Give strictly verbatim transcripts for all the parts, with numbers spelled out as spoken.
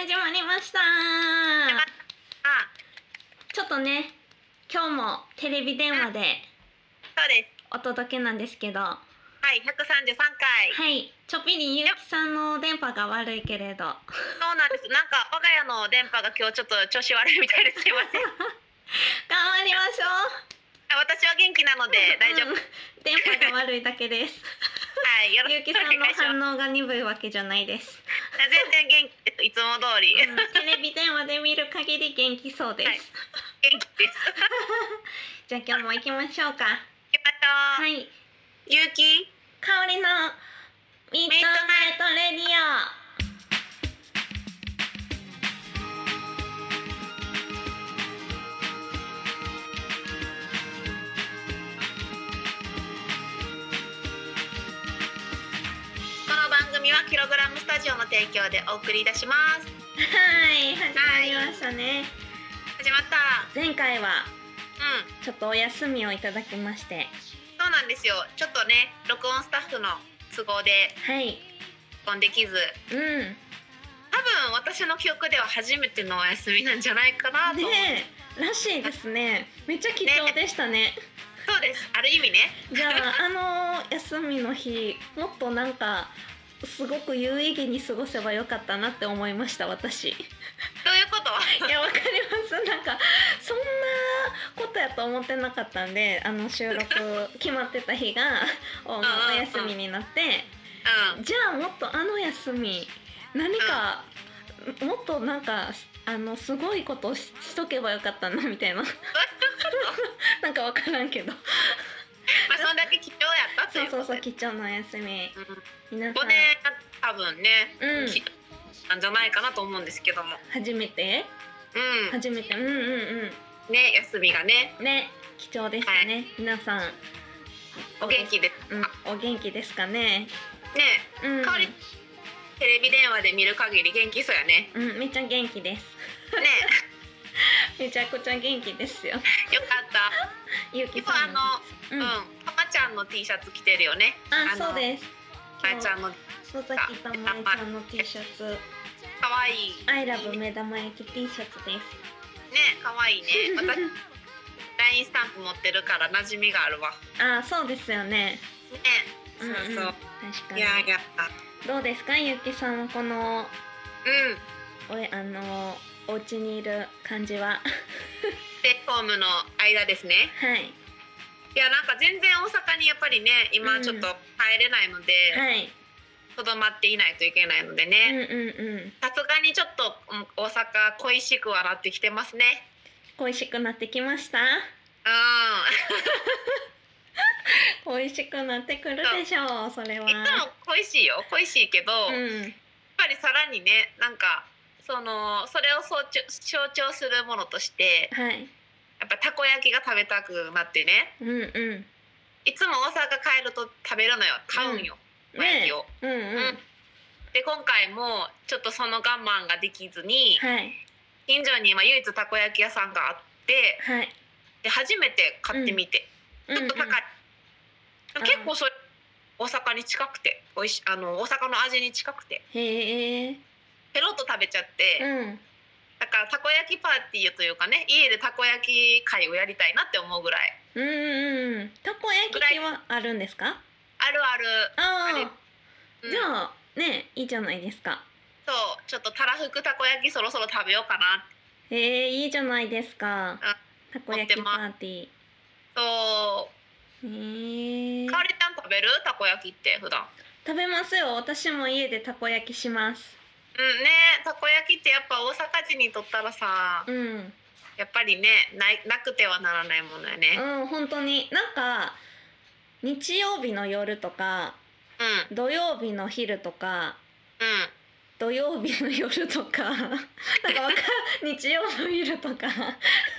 始まりました。ちょっとね、今日もテレビ電話でそうです。 お届けなんですけど、ははい、ひゃくさんじゅうさんかい。 い、ちょっぴりゆうきさんの電波が悪いけれど、 そうなんです。なんか我が家の電波が今日ちょっと調子悪いみたいですいません。 頑張りましょあ私は元気なのう。 で大丈夫。 うん電波が悪いだけです。 はい、よろしゆうきくおさんの願いします。 反応が鈍いわけじゃないです。 全然元気です。いつも通り。 うんテレビ電話で見る限り元気そうです。 はい元気です。 じゃあ今日も行きましょうか。 行きましょう。 はい、 ゆうき。 香りのミッドナイトレディオ。 この番組はキログラムスタジオの提供でお送りいたします。 はい、始まりましたね。 始まった。 前回はうん。 ちょっとお休みをいただきまして、 そうなんですよ。ちょっとね、録音スタッフの都合ではい、 録音できず、 うん、 多分私の記憶では初めてのお休みなんじゃないかなと思う。 ねえ、らしいですね。めっちゃ貴重でしたね。 そうです。ある意味ね。 じゃああの休みの日、もっとなんかすごく有意義に過ごせばよかったなって思いました私。 どういうこと？ いや、わかります。なんかそんなことやと思ってなかったんで、あの収録決まってた日がお、 んうんうんお休みになって、 うん。 じゃあもっとあの休み何か、もっとなんかあのすごいことを し, しとけばよかったなみたいななんかわからんけどまあそんだけ貴重やったってそそうそう、 いううことで。 貴重なお休みうん。 皆さんごねん多分ね、 うん貴重なんじゃないかなと思うんですけども。 初めてうん。 初めてうんうんね、休みがね。 うんね、貴重でしたね、皆さんお元気で。 うん、お元気ですかね。 ね、 うん、 代わりテレビ電話で見る限り元気そうやね。 うん、めっちゃ元気ですね、 めちゃくちゃ元気ですよ。 よかった。 ゆうき今あさんの、 う、 うんん、たまちゃんの T シャツ着てるよね。 あ、 あのそうです。 まやちゃんの野崎たまえちゃんの T シャツ、 可愛い。 I love 目玉焼き T シャツです。 ね、可愛いね。私ラインスタンプ持ってるから馴染みがあるわ。 あ、そうですよね。 ね、 うんうん、 そうそう。 確かに。 いやいや、 どうですか、ゆうきさんはこのうん。 おえあのお家にいる感じは。 ステイホームの間ですね。 はい。 いやなんか全然大阪にやっぱりね今ちょっと帰れないのではい。 とど、まっていないといけないのでうんね、 うんうん。 さすがにちょっとうん大阪恋しくはなってきてますね。 恋しくなってきました。 うん恋しくなってくるでしょう、それは。 いつも恋しいよ恋しいけど、 うやっん。 ぱりさらにねなんかそのそれを象徴象徴するものとしてはい。 やっぱたこ焼きが食べたくなってね、 うんうん。 いつも大阪帰ると食べるのよ、買うんよ、たこ焼きを。 うんうん。 うんで今回もちょっとその我慢ができずに、 はい近所に今唯一たこ焼き屋さんがあってはい。 で初めて買ってみて、 うんちょっと高い、 うん結構それ大阪に近くておいしあの大阪の味に近くてへえ。 ペロッと食べちゃって、 うん。 だからたこ焼きパーティーというかね家でたこ焼き会をやりたいなって思うぐらい。 うんうんうん。たこ焼き器はあるんですか？ あるある。 あれあ。 うんじゃあね、いいじゃないですか。 そうちょっとたらふくたこ焼きそろそろ食べようかな。 へえ、いいじゃないですか。 うんたこ焼きパーティそうー。へえ。 かおりちゃん食べるたこ焼きって普段？ 食べますよ。私も家でたこ焼きします。 うんね、たこ焼きってやっぱ大阪人にとったらさ、 うん。 やっぱりねないなくてはならないものよね。 うん、本当になんか日曜日の夜とかうん土曜日の昼とかうん土曜日の夜とかなんかわか日曜の昼とかなんか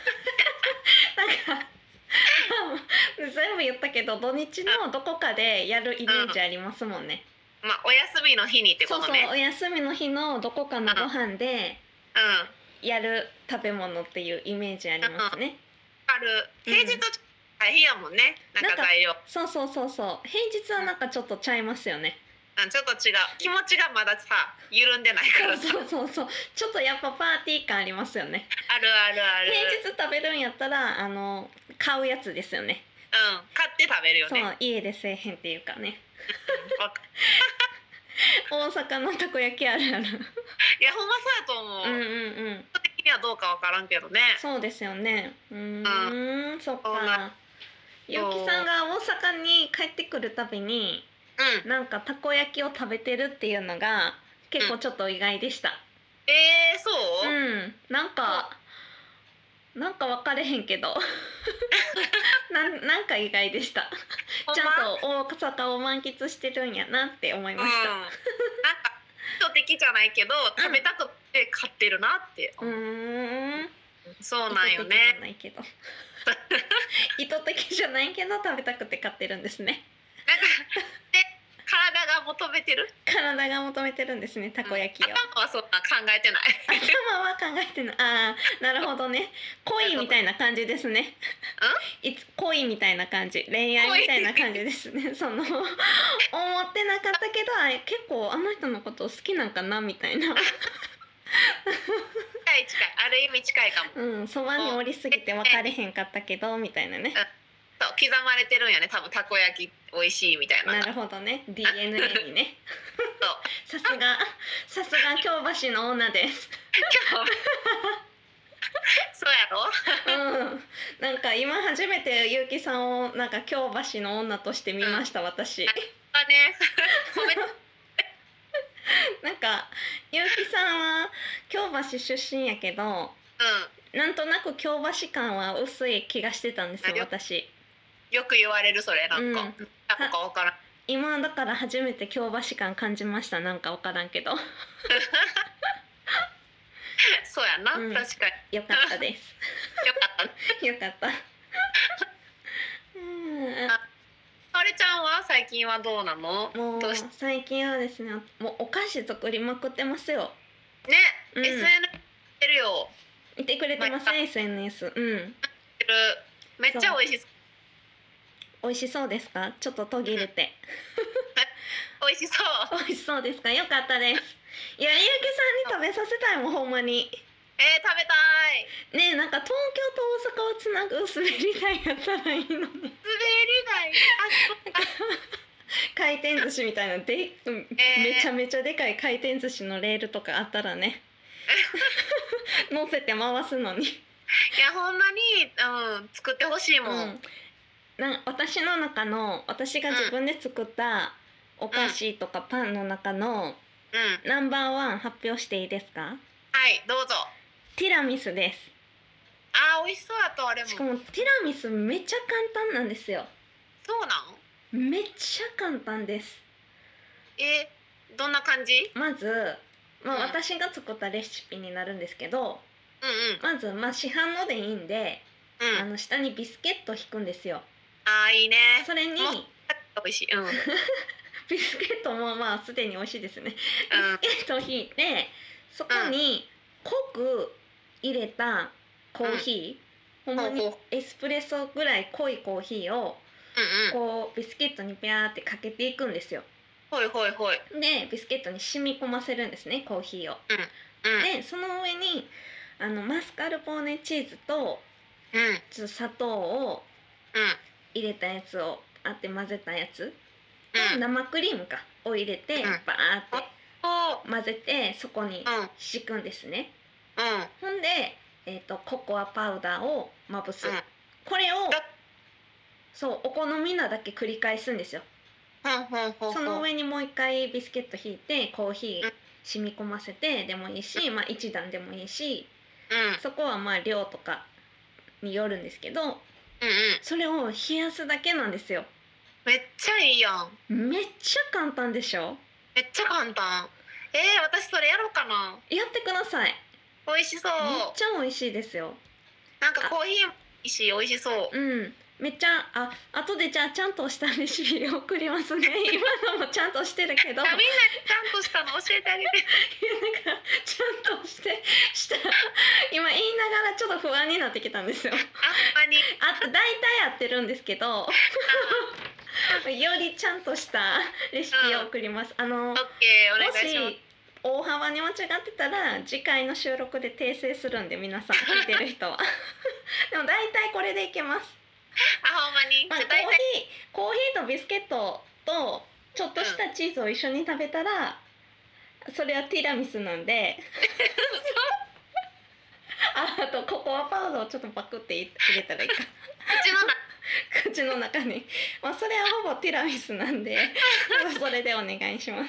全部言ったけど土日のどこかでやるイメージありますもんね。 まあお休みの日にってこそうそう、 とね。 お休みの日のどこかのご飯でうんやる食べ物っていうイメージありますね。 ある平日大変やもんね、なんなんかか材料。 そうそうそうそう、平日はなんかちょっとちゃいますよね。 うん、ちょっと違う。気持ちがまださ緩んでないからさ。 そうそうそう、ちょっとやっぱパーティー感ありますよね。 あるあるある。 平日食べるんやったらあの買うやつですよね。 うん、買って食べるよね。 そう家でせえへんっていうかね。 うん、わか大阪のたこ焼きあるある。 いやほんまそうやと思う。 うんうんうん。 人的にはどうかわからんけどね。 そうですよね。うーん、そっそうなか。ゆうきさんが大阪に帰ってくるたびにうん。 なんかたこ焼きを食べてるっていうのが結構ちょっと意外でした。 えー、そう？ うん、なんかなんか分かれへんけどなんなんか意外でした。ちゃんほんま？ と大阪を満喫してるんやなって思いましうん、なんか人的じゃないけど食べたくて買ってるなってた。うーん。 そうなんよ意図的じゃね。 ないけど意図的じゃないけど食べたくて買ってるんですね。 なんかで体が求めてる。 体が求めてるんですね、たこ焼きを。 頭はそんな考えてない。 頭は考えてない。ああ、なるほどね。恋みたいな感じですね。いつ恋みたいな感じ、恋愛みたいな感じですね。その思ってなかったけど、あ結構あの人のことを好きなんかなみたいな。 近い近い、ある意味近いかも。 うん、そばにおりすぎて分かれへんかったけどみたいなね。 そう刻まれてるんやね、多分たこ焼き美味しいみたいな。 なるほどね、 ディーエヌエー にね。 そうさすがさすが京橋の女です。 今日そうやろ。 うん、なんか今初めてゆうきさんをなんか京橋の女として見ました、うん、私。 あね、褒めなんかゆうきさんは京橋出身やけど、うん、なんとなく京橋感は薄い気がしてたんですよ、私。 よく言われるそれ、なんか、うん、なんかわからん。 今だから初めて京橋感感じました、なんかわからんけど。 そうやな、うん、確かに。 よかったです。 よかった。 よかった。うん。 あ、あれちゃんは最近はどうなの？ もうどうし最近はですね、もうお菓子作りまくってますよ。 ね、うん、エスエヌエス てるよ。 見てくれてますね、エスエヌエス。うん。 めっちゃ美味しそう。 美味しそうですか？ちょっと途切れて。 美味しそう。 美味しそうですか？よかったです。いや、ゆうきさんに食べさせたいもん、ほんまに。 えー、食べたい。 ねえ、なんか東京と大阪をつなぐ滑り台やったらいいのに。滑り台。 回転寿司みたいなで、えー、めちゃめちゃでかい回転寿司のレールとかあったらね。乗せて回すのに。いや、ほんまに、うん、作ってほしいもん。うん、 な私の中の私が自分で作ったお菓子とかパンの中の、うん、ナンバーワン発表していいですか？ はい、どうぞ。 ティラミスです。 あー、美味しそうやと。あれもしかもティラミスめっちゃ簡単なんですよ。 そうなん？ めっちゃ簡単です。 えー、どんな感じ？ まず、まあ、私が作ったレシピになるんですけど、うんうん、まず、まあ、市販のでいいんで、うん、あの下にビスケットを引くんですよ。 あー、いいね。 それに美味しい、うん、 ビスケットもまあすでに美味しいですね。ビスケットを引いて、そこに濃く入れたコーヒー、うん、ほんまにエスプレッソぐらい濃いコーヒーをこうビスケットにピャーってかけていくんですよ。 ほいほいほい。 でビスケットに染み込ませるんですね、コーヒーを。うんうん、でその上にあのマスカルポーネチーズと、うん、ちょっと砂糖を入れたやつをあって混ぜたやつ、うん、生クリームかを入れて、うん、バーって混ぜてそこに敷くんですね。うん、ほんで、えーと、ココアパウダーをまぶす、うん、これをそうお好みなだけ繰り返すんですよ。その上にもう一回ビスケット引いてコーヒー染み込ませてでもいいし、まあ一段でもいいし、うん、そこはまあ量とかによるんですけど、うんうん、それを冷やすだけなんですよ。 めっちゃいいやん。 めっちゃ簡単でしょ。 めっちゃ簡単。えー、私それやろうかな。 やってください。 美味しそう。 めっちゃ美味しいですよ。 なんかコーヒーもいいし美味しそう。 うん。めっちゃあ後でじゃあちゃんとしたレシピ送りますね。今のもちゃんとしてるけど。みんなにちゃんとしたの教えてあげて。いやなんかちゃんとしてした今言いながらちょっと不安になってきたんですよ。 あんまり。 あ大体やってるんですけど。 よりちゃんとしたレシピを送ります。あの、 オッケー、お願もいします。 し大幅に間違ってたら次回の収録で訂正するんで、皆さん聞いてる人はでも大体これでいけます。 あ、ほんまに。 まあ、 じゃあ大コーヒ体。 ーコーヒーとビスケットとちょっとしたチーズを一緒に食べたら、それはティラミスなんでああとココアパウダーをちょっとパクって入れたらいいか口の中。 口の中に、まあ、それはほぼティラミスなんでそれでお願いします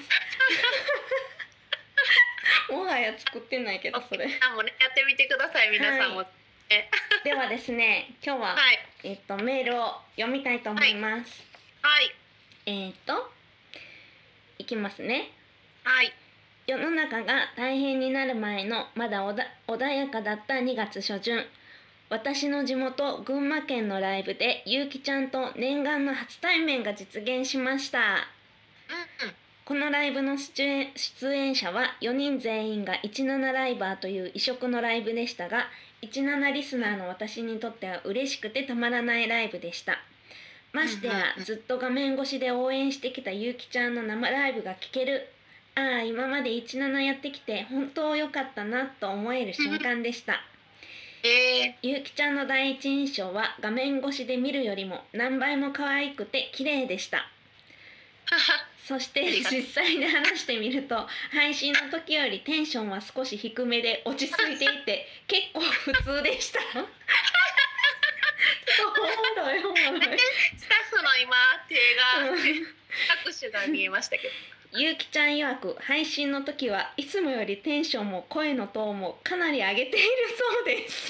もはや作ってないけどそれあ、もうね、やってみてください、皆さんも。 はいではですね、今日は、 はい。 えっとメールを読みたいと思います。 はい。 えっといきますね。 はい。 世の中が大変になる前のまだおだ穏やかだったにがつ初旬、私の地元群馬県のライブでゆうきちゃんと念願の初対面が実現しました。 うんうん。 このライブの出演出演者はよにん全員がじゅうななライバーという異色のライブでしたが、じゅうななリスナーの私にとっては嬉しくてたまらないライブでした。ましてやずっと画面越しで応援してきたゆうきちゃんの生ライブが聴ける、ああ今までじゅうななやってきて本当良かったなと思える瞬間でした。 えゆうきちゃんの第一印象は画面越しで見るよりも何倍も可愛くて綺麗でした。そして実際に話してみると配信の時よりテンションは少し低めで落ち着いていて結構普通でしたおもろいおもろいスタッフの今手が拍手が見えましたけどゆうきちゃん曰く配信の時はいつもよりテンションも声のトーンもかなり上げているそうです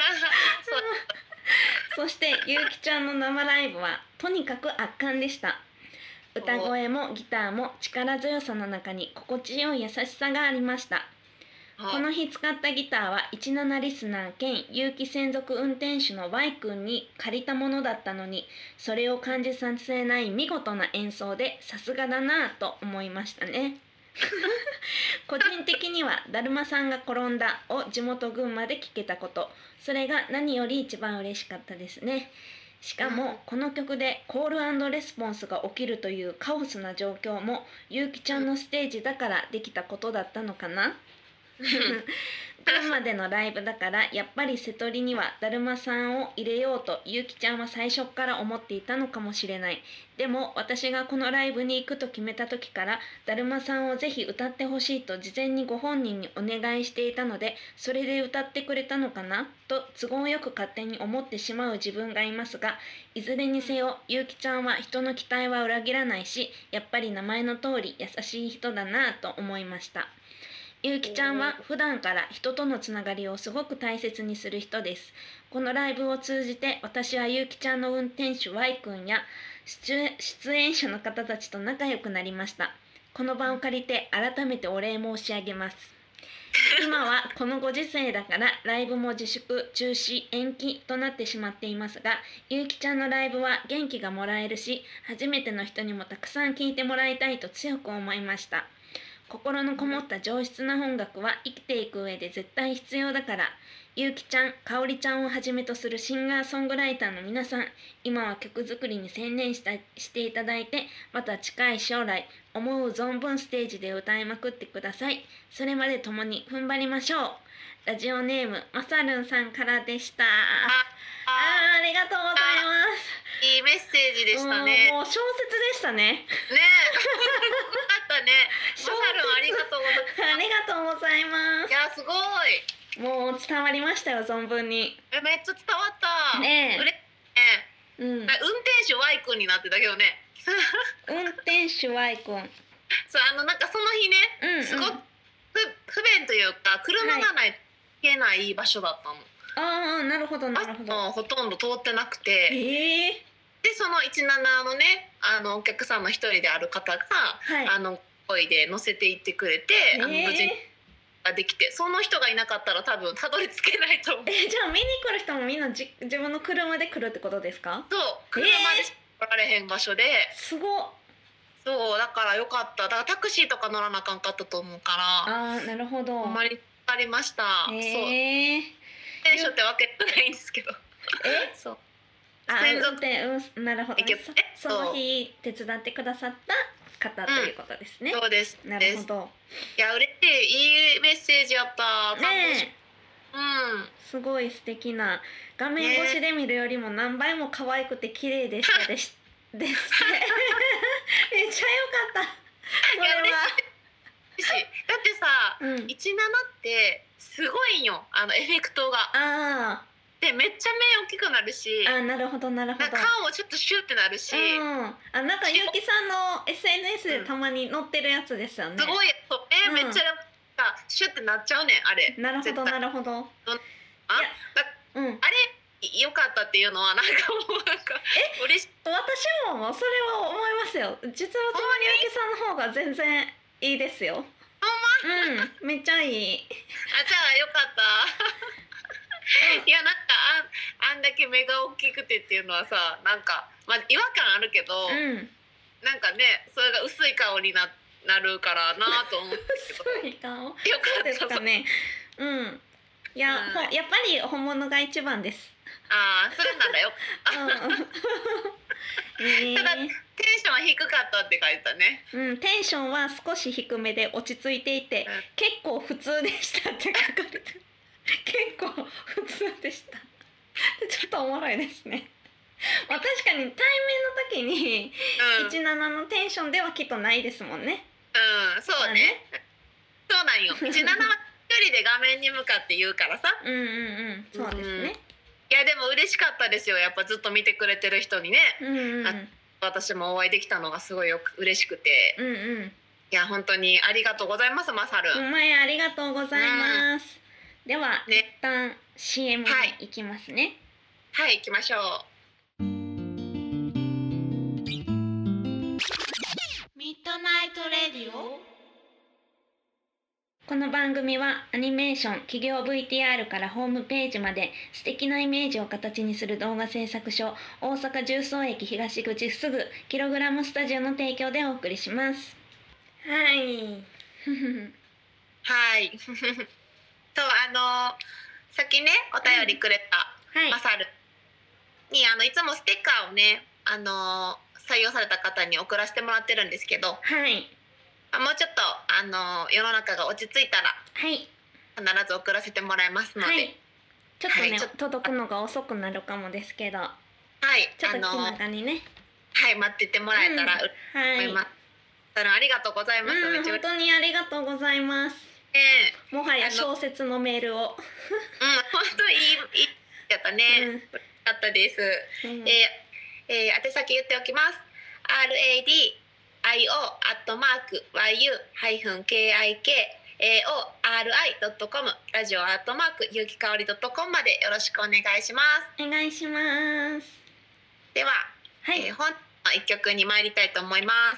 そしてゆうきちゃんの生ライブはとにかく圧巻でした。歌声もギターも力強さの中に心地よい優しさがありました。この日使ったギターはじゅうななリスナー兼有機専属運転手の Y 君に借りたものだったのに、それを感じさせない見事な演奏でさすがだなぁと思いましたね個人的にはだるまさんが転んだを地元群馬で聴けたこと、それが何より一番嬉しかったですね。しかもこの曲でコール&レスポンスが起きるというカオスな状況もゆうきちゃんのステージだからできたことだったのかな群馬でのライブだからやっぱり瀬戸りにはだるまさんを入れようとゆうきちゃんは最初から思っていたのかもしれない。でも私がこのライブに行くと決めた時からだるまさんをぜひ歌ってほしいと事前にご本人にお願いしていたので、それで歌ってくれたのかなと都合よく勝手に思ってしまう自分がいますが、いずれにせよゆうきちゃんは人の期待は裏切らないし、やっぱり名前の通り優しい人だなと思いました。ゆうきちゃんは普段から人とのつながりをすごく大切にする人です。このライブを通じて私はゆうきちゃんの運転手 Y 君や出演者の方たちと仲良くなりました。この場を借りて改めてお礼申し上げます。今はこのご時世だからライブも自粛、中止、延期となってしまっていますが、ゆうきちゃんのライブは元気がもらえるし、初めての人にもたくさん聴いてもらいたいと強く思いました。心のこもった上質な音楽は生きていく上で絶対必要だから、ゆうきちゃん、かおりちゃんをはじめとするシンガーソングライターの皆さん、今は曲作りに専念したしていただいて、また近い将来思う存分ステージで歌いまくってください。それまで共に踏ん張りましょう。ラジオネームまさるんさんからでした。ああ、ありがとうございます。 いいメッセージでしたね。 もう小説でしたね。ねえ、よかったね。まさるんありがとうございます。 ありがとうございます。 いやすごい。 もう伝わりましたよ、存分に。 え、めっちゃ伝わった。 ねえ。 うれねうん。運転手 Y 君になってたけどね。 運転手 Y 君。 そう、あのなんかその日ね、うんうん、すごく不便というか車がないと行けない場所だったの。 ああ、なるほどなるほど。 もうほとんど通ってなくて。 ええー。 でそのじゅうななのね、あのお客さんの一人である方が、はい、あの声で乗せていってくれて、えー、あの無事ができて、その人がいなかったら多分たどり着けないと思う。 えー、じゃあ見に来る人もみんなじ自分の車で来るってことですか？ そう、車でしか来られへん場所で、えー、 すごっ。 そうだからよかった。だからタクシーとか乗らなあかんかったと思うから。 あー、なるほど。 あんまりありました。 えー、 そう電車ってわけじゃないんですけど。 えそう専属で、うん、なるほど、ね、その日手伝ってくださった方ということですね、 うん、そうです。 なるほど。 いや嬉しい、いいメッセージやった。 ねえ、うん、 すごい素敵な、画面越しで見るよりも何倍も可愛くて綺麗でしたです。です。めっちゃ良かった。それは。 嬉しい。だってさ、うん、じゅうななってすごいんよ、あのエフェクトが。 ああ。 でめっちゃ目大きくなるし。 あ、なるほどなるほど。 顔もちょっとシュってなるし。うん。あ、なんかゆうきさんの エスエヌエス でたまに載ってるやつですよね。 すごい、え、うん、めっちゃシュってなっちゃうねんあれ。 なるほどなるほど。 あ、だ、うん、あれ良かったっていうのはなんかもうなんかえ嬉しい。私もそれは思いますよ。実はつまりゆきさんの方が全然いいですよ。 ほんま？ うん、めっちゃいい。 あ、じゃあよかった。いやなんかあんあんだけ目が大きくてっていうのはさ、なんかまあ違和感あるけど、うん、なんかねそれが薄い顔にななるからなと思って薄い顔。よかったですかね。うん。いや、うん、やっぱり本物が一番です。 ああ、それならよ。えー、ただテンション低かったって書いてたね。 うん、テンションは少し低めで落ち着いていて、うん、結構普通でしたって書かれて結構普通でしたちょっとおもろいですね。まあ確かに対面の時にじゅうななのテンションではきっとないですもんね。 うん、そうね。そうなんよ。じゅうななは一人で画面に向かって言うからさ。 うんうんうん、そうですね。うん、 いやでも嬉しかったですよ。やっぱずっと見てくれてる人にね。うんうん、私もお会いできたのがすごいよく嬉しくて。うんうん、いや本当にありがとうございます、まさる。 お前ありがとうございます。うん、では、ね、一旦 シーエム に行きますね。 はい、はい、行きましょう。 ミッドナイトレディオ。この番組はアニメーション、企業 ブイティーアール からホームページまで素敵なイメージを形にする動画制作所、大阪十三駅東口すぐキログラムスタジオの提供でお送りします。はいはいとあのさっきねお便りくれた、うん、マサルにあのいつもステッカーをねあの採用された方に送らせてもらってるんですけど、 はい、 もうちょっとあの世の中が落ち着いたら、 はい、 必ず送らせてもらいますので、はい、 ちょっとね、はい、届くのが遅くなるかもですけど、はい、ちょっと気長にね、 はい待っててもらえたらと思います。うん、はい、ありがとうございます。 うん、本当にありがとうございます。えー、もはや小説のメールを、うん、 本当いいいいやったね。うん、よかったです。うん、えー、えー、宛先言っておきます。アールエーディーアイオー アットマーク ワイユー ハイフン ケーアイケーエーオーアールアイ ドットコム ラジオアットマークゆうきかおり ドットコム までよろしくお願いします。 お願いします。 では、はい、えー、本の一曲に参りたいと思います。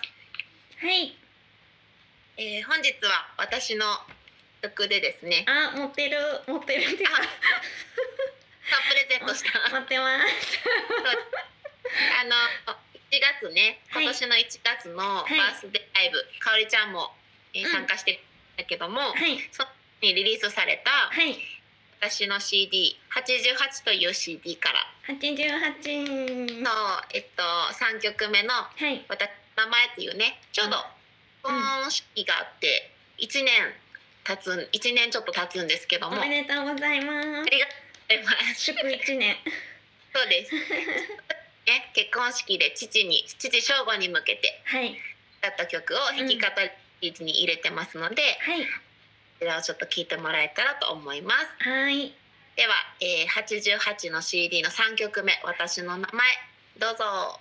はい、 えー、本日は私の曲でですね。 あ、持ってる持ってるってかプレゼントした持ってますあのいちがつね、今年のいちがつのバースデーライブ、はい、かおりちゃんも、えー、参加してたけども、うん、はい、そこにリリースされた、はい、私の シーディーはちじゅうはちという シーディー からはちじゅうはちの、 えっと、さんきょくめの、はい、私の名前っていうね、ちょうど結婚式があっていちねん経ついちねんちょっと経つんですけども、 おめでとうございます。ありがとうございます。 祝いちねんそうですね、結婚式で父に父正吾に向けて歌った曲を弾き語りに入れてますので、うん、はい、それをちょっと聴いてもらえたらと思います。 はい、 では、えー、はちじゅうはちの シーディー のさんきょくめ、私の名前、どうぞ。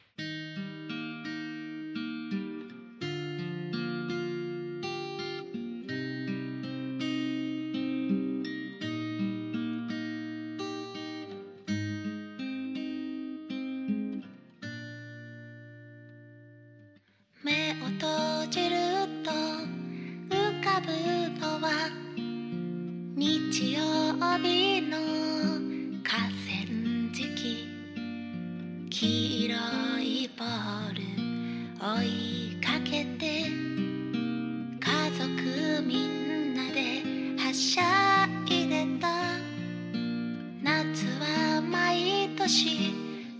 目を閉じると浮かぶのは日曜日の河川敷、黄色いボール追いかけて家族みんなではしゃいでた。夏は毎年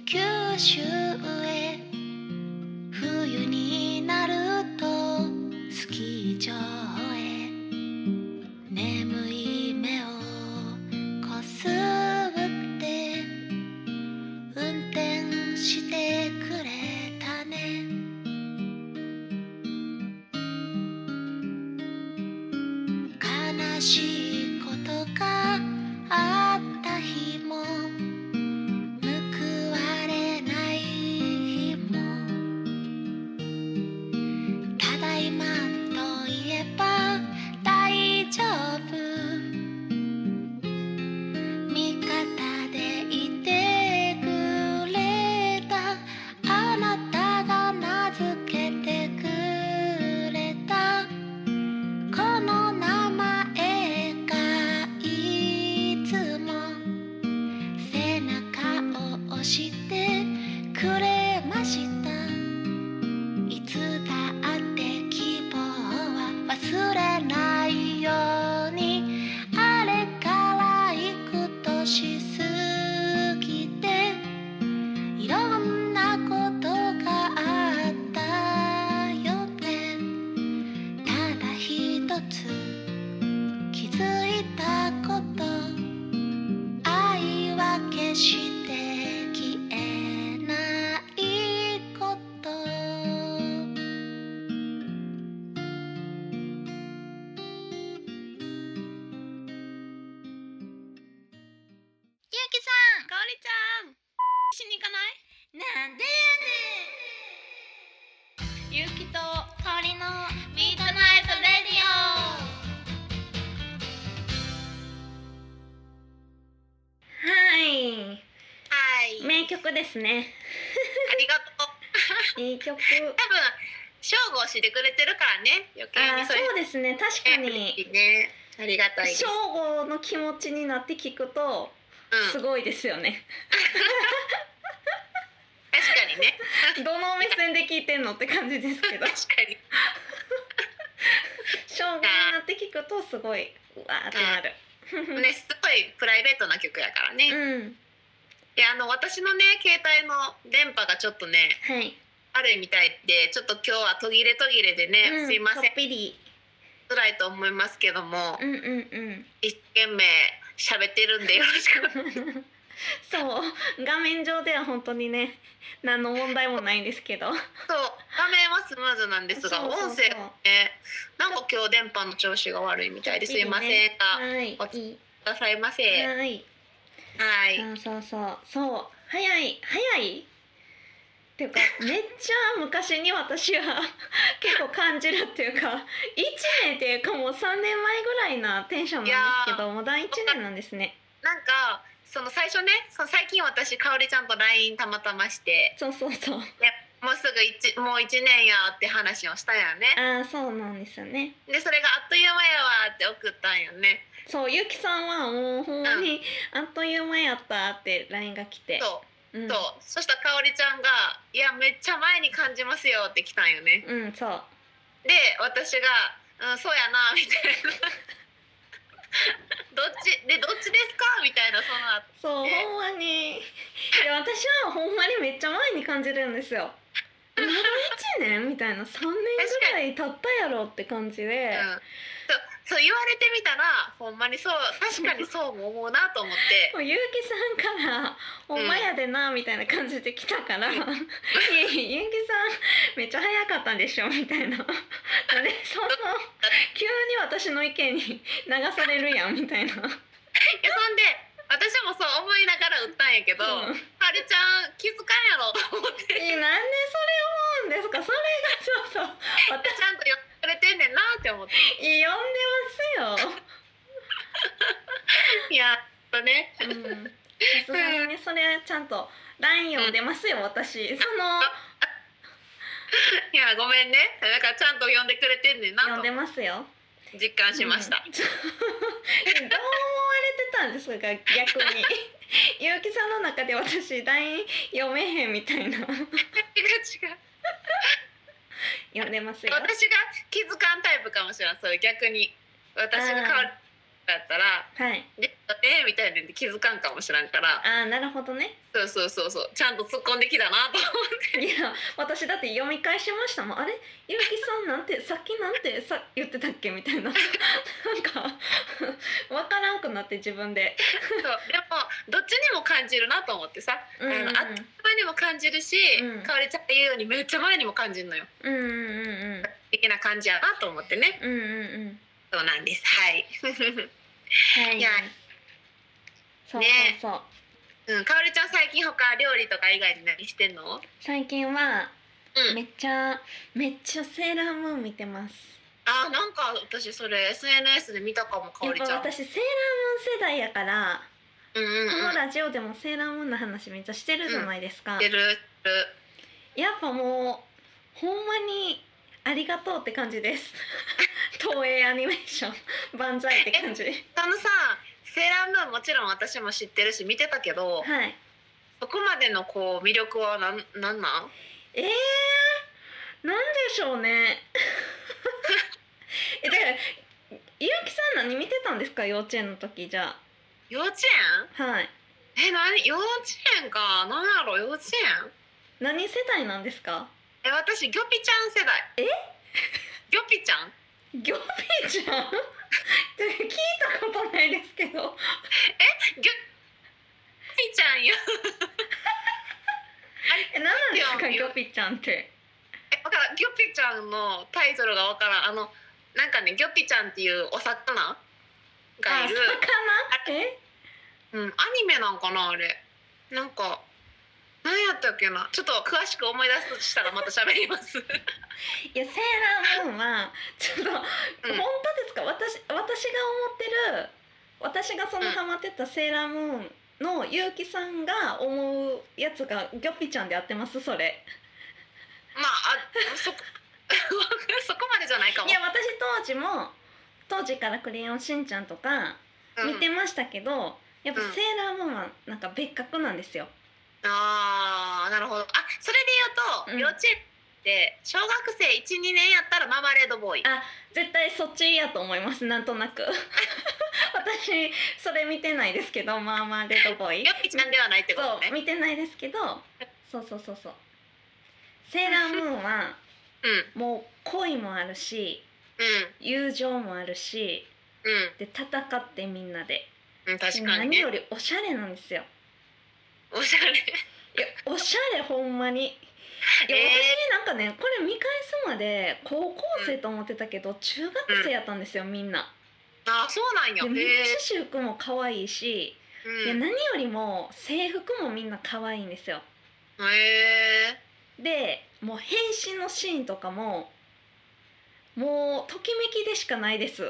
悲しいことがあった日も報われない日もただいまと言えば大丈夫味方でいてくれたあなたが名付けてくれたこの名前がいつも背中を押してくれましたいつだって希望は忘れないようにあれから幾年過ぎていろんなことがあったよねただ一つ気づいたこと愛は決して消えないことゆうきさんかおりちゃんしに行かない？ なんでゆうきとやねん香りのミートナイトレディはいオ。はい名曲ですねありがとういい曲多分正吾をしてくれてるからね余計あーにそういうそうですね確かにねありがたいです正吾の気持ちになって聞くとうんすごいですよね確かにねどの目線で聞いてんのって感じですけど確かに正午になって聞くとすごいうわーってなるねすごいプライベートな曲やからね、 うんであの私のね携帯の電波がちょっとねはい、 悪いみたいでちょっと今日は途切れ途切れでね、 うん、 すいませんちょっぴり辛いと思いますけども、 うんうんうん一生懸命喋ってるんでよろしくそう画面上では本当にね何の問題もないんですけどそう画面はスムーズなんですがそうそうそう音声がねなんか今日電波の調子が悪いみたいですいませんが、 はいお付きいいくださいませ。 はいはい。 そうそうそうそう早い早いっていうかめっちゃ昔に私は結構感じるっていうかいちねんっていうかもうさんねんまえぐらいなテンションなんですけどもうだいいちねんなんですねなんかその最初ねその最近私かおりちゃんと ライン たまたましてそうそうそうでもうすぐいちもういちねんやって話をしたよね。 ああそうなんですよねでそれがあっという間やわって送ったんよね。 そうゆきさんはもうほんまにあっという間やったって ライン が来てそう、 うん、 そうそしたらかおりちゃんが「いやめっちゃ前に感じますよ」って来たんよね。 うんそうで私が「うんそうやな」みたいなどっちでどっちですかみたいなその後そうほんまにいや私はほんまにめっちゃ前に感じるんですよまだいちねんみたいなさんねんぐらい経ったやろって感じで、 うん、そうそう言われてみたらほんまにそう確かにそうも思うなと思ってもうゆうきさんから「ほんまやでな」みたいな感じで来たから「いやいやゆうきさんめっちゃ早かったんでしょ」みたいなあれその急に私の意見に流されるやんみたいな。 いやそんで私もそう思いながら打ったんやけど、 うんはるちゃん気づかんやろと思ってえなんでそれ思うんですかそれがちょっと私ちゃんと呼んでくれてんねんなって思って呼んでますよ。 いやとね、 うん、さすがにねそれはちゃんと ライン 読んでますよ私そのいやごめんねだからちゃんと呼んでくれてんねんなと読んでますよ。 実感しました、 うん、どう思われてたんですか逆にゆうきさんの中で私 ライン 読めへんみたいな違う違う読んでますよ。 私が気づかんタイプかもしれないそれ逆に私が変わるだったらはいでえみたいなんで気づかんかもしらんからあーなるほどね。 そうそうそうそうちゃんと突っ込んできたなと思っていや私だって読み返しましたもん。あれゆうきさんなんてさっきなんてさ言ってたっけみたいななんかわからんくなって自分でそうでもどっちにも感じるなと思ってさ、 うんうんうんあのあっという間にも感じるし、 うんかおりちゃんが言うようにめっちゃ前にも感じるのようんうんうん的な感じやなと思ってねうんうんうんそうなんです。はい。 はい。 いや、 そうそうそう。 うん、かおりちゃん最近他料理とか以外に何してんの？ 最近は、 うん、 めっちゃめっちゃセーラームーン見てます。 あ、なんか私それ エスエヌエス で見たかも。かやっぱおりちゃん。 私セーラームーン世代やから、 うんうんうん、 このラジオでもセーラームーンの話めっちゃしてるじゃないですか。 うん、してる。 やっぱもうほんまにありがとうって感じです東映アニメーション万歳って感じ。 あのさ、セーラームーンもちろん私も知ってるし見てたけど、 はい、 そこまでのこう魅力はなんなんなん？ えー、なんでしょうねえ、だからゆうきさん何見てたんですか、幼稚園の時。じゃあ幼稚園？ はい、 え、なに幼稚園か、なんやろ、幼稚園？ 何世代なんですか？ え、私ギョピちゃん世代。 えギョピちゃん？ ギョピちゃん聞いたことないですけどえ、ギョピちゃんやえ、何なんですかギョピちゃんって。 え、わからん、ギョピちゃんのタイトルがわからん。あのなんかね、ギョピちゃんっていうお魚がいる。 あ、魚？え、 うん、アニメなんかなあれ。なんか何やったっけな。ちょっと詳しく思い出すしたらまた喋ります。 いやセーラームーンはちょっと、うん、本当ですか？私私が思ってる、私がそのハマってたセーラームーンのゆうきさんが思うやつがギョピちゃんで合ってます？それ。 まあ、あ、そこそこまでじゃないかも。 いや私当時も当時からクレヨンしんちゃんとか見てましたけど、うん、やっぱセーラームーンはなんか別格なんですよ。 あー、なるほど。あ、それで言うと、うん、幼稚園で小学生 いち,に 年やったらママレードボーイ。 あ、絶対そっちやと思います。なんとなく私それ見てないですけど、ママレードボーイよっぴちゃんではないってことね。 そう見てないですけど、そうそうそうそう、セーラームーンは、うん、もう恋もあるし、うん、友情もあるし、うん、で戦ってみんなで、うん、確かにね、何よりおしゃれなんですよ。 おしゃれ。いやおしゃれほんまに。いや、えー、私なんかねこれ見返すまで高校生と思ってたけど、うん、中学生やったんですよみんな。 あ、そうなんや。 めっちゃ私服も可愛いし、うん、いや何よりも制服もみんな可愛いんですよ。 へえ。 でもう変身のシーンとかももうときめきでしかないです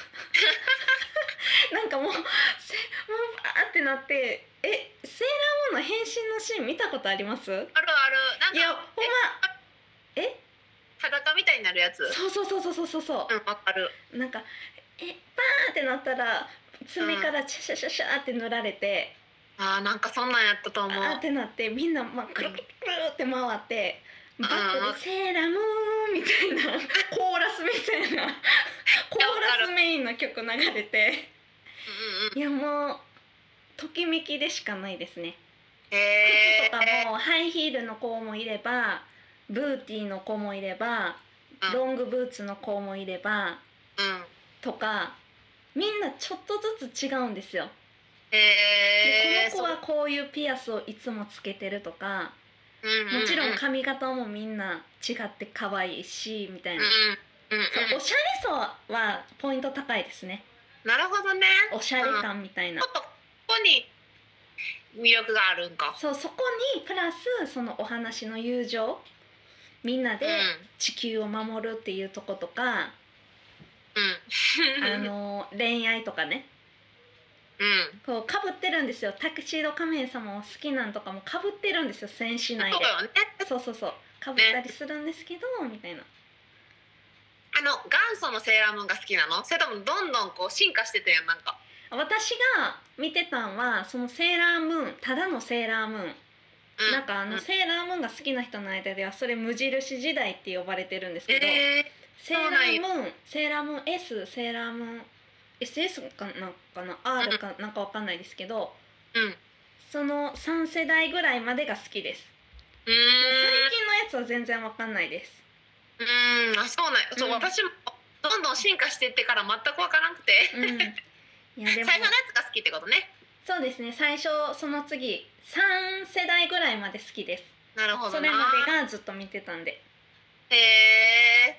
なんかもう、もうバーってなって、え、セーラームーンの変身のシーン見たことあります？あるある。なんか、 いやほんま、え裸みたいになるやつ。 そうそうそうそうそうそう。 うん、わかる。 なんかえバーってなったら爪からシャシャシャシャって塗られて、 うん、あー、なんかそんなんやったと思う。 あーってなってみんな、まあ、くるくるくるって回って、バックでセーラームーンみたいなコーラスみたいなコーラスメインの曲流れて、いやもうときめきでしかないですね。靴とかもハイヒールの子もいれば、ブーティーの子もいれば、ロングブーツの子もいれば、うん、とかみんなちょっとずつ違うんですよ。でこの子はこういうピアスをいつもつけてるとか、もちろん髪型もみんな違って可愛いしみたいな、うんうんうん、そうおしゃれさはポイント高いですね。 なるほどね。 おしゃれ感みたいな、 うん、ここに魅力があるんか。 そう、そこにプラスそのお話の友情、みんなで地球を守るっていうとことか、うん、あの恋愛とかね、うん、こうかぶってるんですよ。タキシード仮面様を好きなんとかもかぶってるんですよ、戦士内で。そうよね。そうそうそう、かぶったりするんですけど、ね、みたいな。 あの元祖のセーラームーンが好きなの？それともどんどんこう進化してたよ。なんか私が見てたんはそのセーラームーン、ただのセーラームーン、うん、なんかあの、うん、セーラームーンが好きな人の間ではそれ無印時代って呼ばれてるんですけど、えー、セーラームーン、セーラームーン S、セーラームーン エスエス かなんかな R かなんかわかんないですけど、うん、そのさん世代ぐらいまでが好きです。うん、最近のやつは全然わかんないです。 うーん、あ、そうなん、そう、うん、私もどんどん進化していってから全くわからなくて、うん、いやでも最初のやつが好きってことね。 そうですね、最初その次さん世代ぐらいまで好きです。 なるほどな。 それまでがずっと見てたんで。 へえ。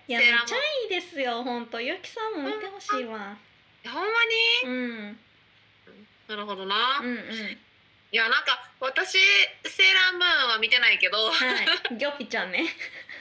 いやめっちゃいいですよ本当。ゆきさんも見てほしいわ。 ほんまに？ うん。 なるほどな。 うんうん。 いやなんか私セーラームーンは見てないけど、 はい、ギョピちゃんね。 ギョ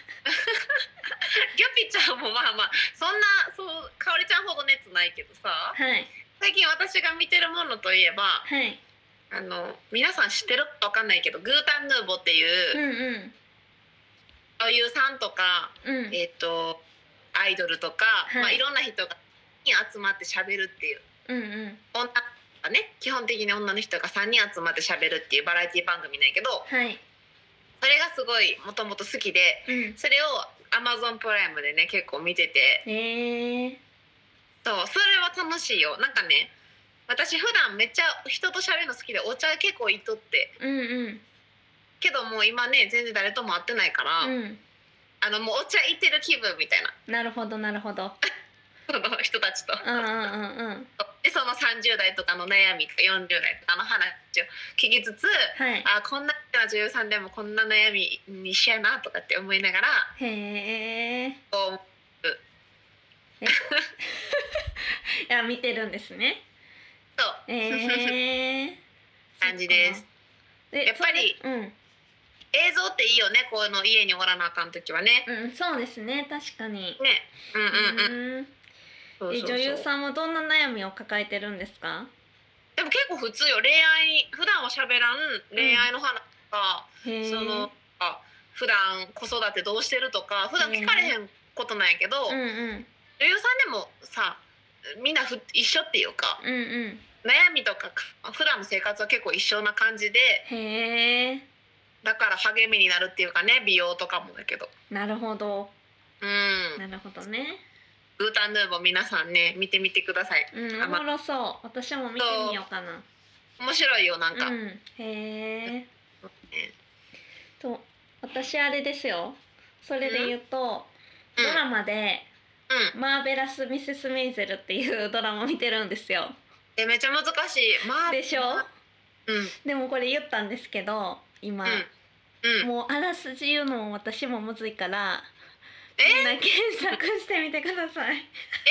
ピちゃんもまあまあそんなそうかおりちゃんほど熱ないけどさ、 はい、 最近私が見てるものといえば、 はい、 あの皆さん知ってるかわかんないけどグータンヌーボっていう、 うんうん、 女優さんとか、 うん、 えっ、ー、とアイドルとか、はい、まあいろんな人がに集まって喋るっていう、 うんうん、 女がね基本的に女の人がさんにん集まって喋るっていうバラエティ番組なんやけど、 はい、 それがすごいもともと好きで、うん、それをアマゾンプライムでね結構見てて、 へえ。 そうそれは楽しいよ。なんかね私普段めっちゃ人と喋るの好きでお茶結構行っとって、 うんうん、 けどもう今ね全然誰とも会ってないから、うん、あのもうお茶行ってる気分みたいな。 なるほどなるほど。 その人たちと、 うんうんうんうん、 でそのさんじゅう代とかの悩みとかよんじゅう代とかの話を聞きつつ、はい、あこんな女優さんでもこんな悩みにしやなとかって思いながら、 へえ。 こういや見てるんですね。 そう、えー、感じです。やっぱり、うん、映像っていいよね。この家におらなあかん時はね。 うん、そうですね。確かに。 ね、うんうんうん。 そうそうそう。え、女優さんはどんな悩みを抱えてるんですか？ でも結構普通よ。恋愛普段は喋らん恋愛の話とか、うん、そのあ普段子育てどうしてるとか普段聞かれへんことなんやけど、うんうん、女優さんでもさみんなふ一緒っていうか、うんうん、悩みとか普段の生活は結構一緒な感じで、へー、だから励みになるっていうかね。美容とかもだけど。 なるほど、うん、なるほどね。 グータンヌーボー皆さんね見てみてください。 うん、おもろそう。私も見てみようかな。 面白いよなんか、うん、 へえ、ね、と私あれですよ。それで言うと、うん、ドラマで、うん、マーベラス・ミセス・メイゼルっていうドラマ見てるんですよ。 えめっちゃ難しい、まあ、 でしょ、うん、でもこれ言ったんですけど今、うんうん、もうあらすじ言うのも私もむずいからみんな検索してみてください。え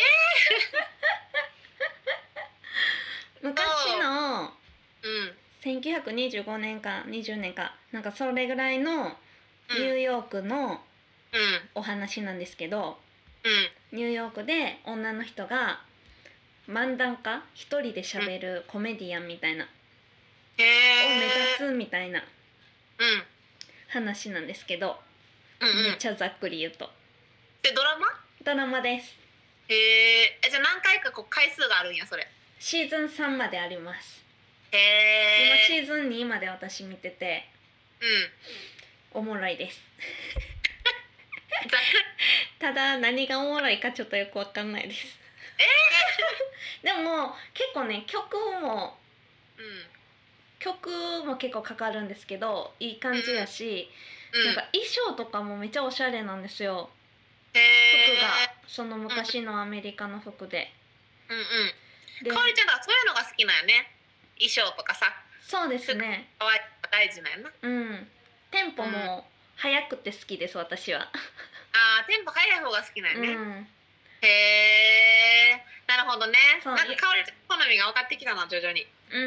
ー、昔の、うん、せんきゅうひゃくにじゅうごねんかにじゅうねんかなんかそれぐらいのニューヨークのお話なんですけど、うん、ニューヨークで女の人が漫談家一人で喋るコメディアンみたいな、うん、を目指すみたいな話なんですけど、うんうん、めっちゃざっくり言うと。 でドラマ？ ドラマです。 へえ。じゃあ何回かこう回数があるんやそれ。 シーズンさんまであります。へえ。今シーズンにまで私見てて、うん、おもろいです。ただ何がおもろいかちょっとよくわかんないです。えー、でも結構ね曲も、うん、曲も結構かかるんですけどいい感じやし、うん、なんか衣装とかもめっちゃおしゃれなんですよ。服がその昔のアメリカの服で。 うんうん。かおりちゃんがそういうのが好きなんよね。衣装とかさ。 そうですね。 かわいい大事なんやな。 うん。テンポも速くて好きです、私は。 ああ、テンポ速い方が好きなんよね。うん、へえ。なるほどね。なんかかおりちゃん好みが分かってきたな徐々に。 うんうん。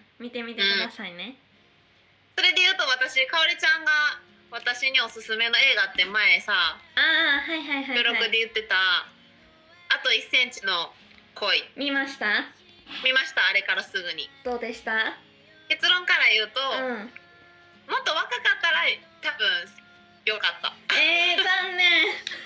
見てみてくださいね。 うん、それで言うと私かおりちゃんが私におすすめの映画って前さ、ああ、はいはいはいはい、 収録で言ってたあといっセンチの恋見ました？ 見ました。あれからすぐに。 どうでした？ 結論から言うと、うん、もっと若かったら多分よかった。 えー、残念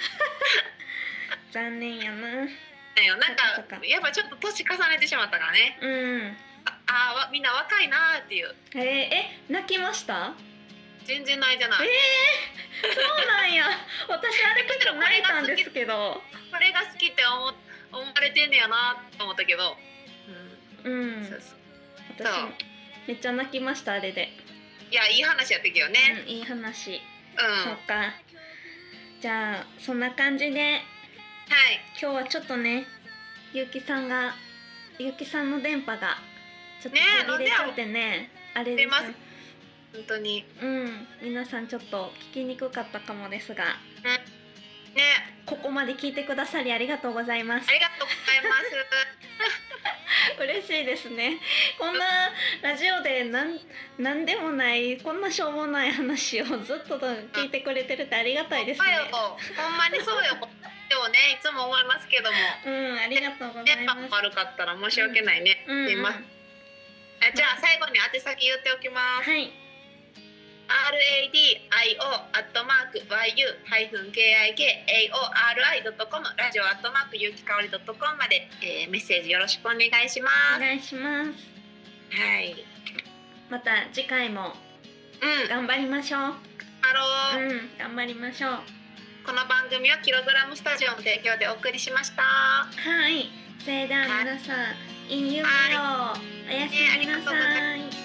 残念やな。 なんかやっぱちょっと年重ねてしまったからね。うん。ああみんな若いなーっていう。 えー、え泣きました？ 全然泣いてない。えー、そうなんや。私あれ結構泣いたんですけど。 これが好きって思思われてんねやなと思ったけど。 うん。うん、そうそう。私めっちゃ泣きましたあれで。 いやいい話やったけどね。 うん、いい話。うん。そうか。じゃあそんな感じで。はい。今日はちょっとね、ゆうきさんがゆうきさんの電波がちょっと途切れちゃってね。あれです。 本当に。 うん、皆さんちょっと聞きにくかったかもですが。 うん、ね。 ここまで聞いてくださりありがとうございます。 ありがとうございます。 嬉しいですね。こんなラジオでなんなんでもないこんなしょうもない話をずっと聞いてくれてるってありがたいですね。 ほんまにそうよ。でもね、いつも思いますけども。 うん、ありがとうございます。 電波悪かったら申し訳ないね。 うん、 すいません。じゃあ最後に宛先言っておきます。 はい。 アールエーディーアイオー アットマーク ワイユー ハイフン ケーアイケーエーオーアールアイ ドットコム ラジオアットマークゆうきかおり ドットコム まで、えー、メッセージよろしくお願いします。 お願いします。 はい。 また次回も頑張りましょう。 頑張ろう。 うん、頑張りましょう。 この番組はキログラムスタジオの提供でお送りしました。 はい。それでは皆さん、いい夢をおやすみなさい。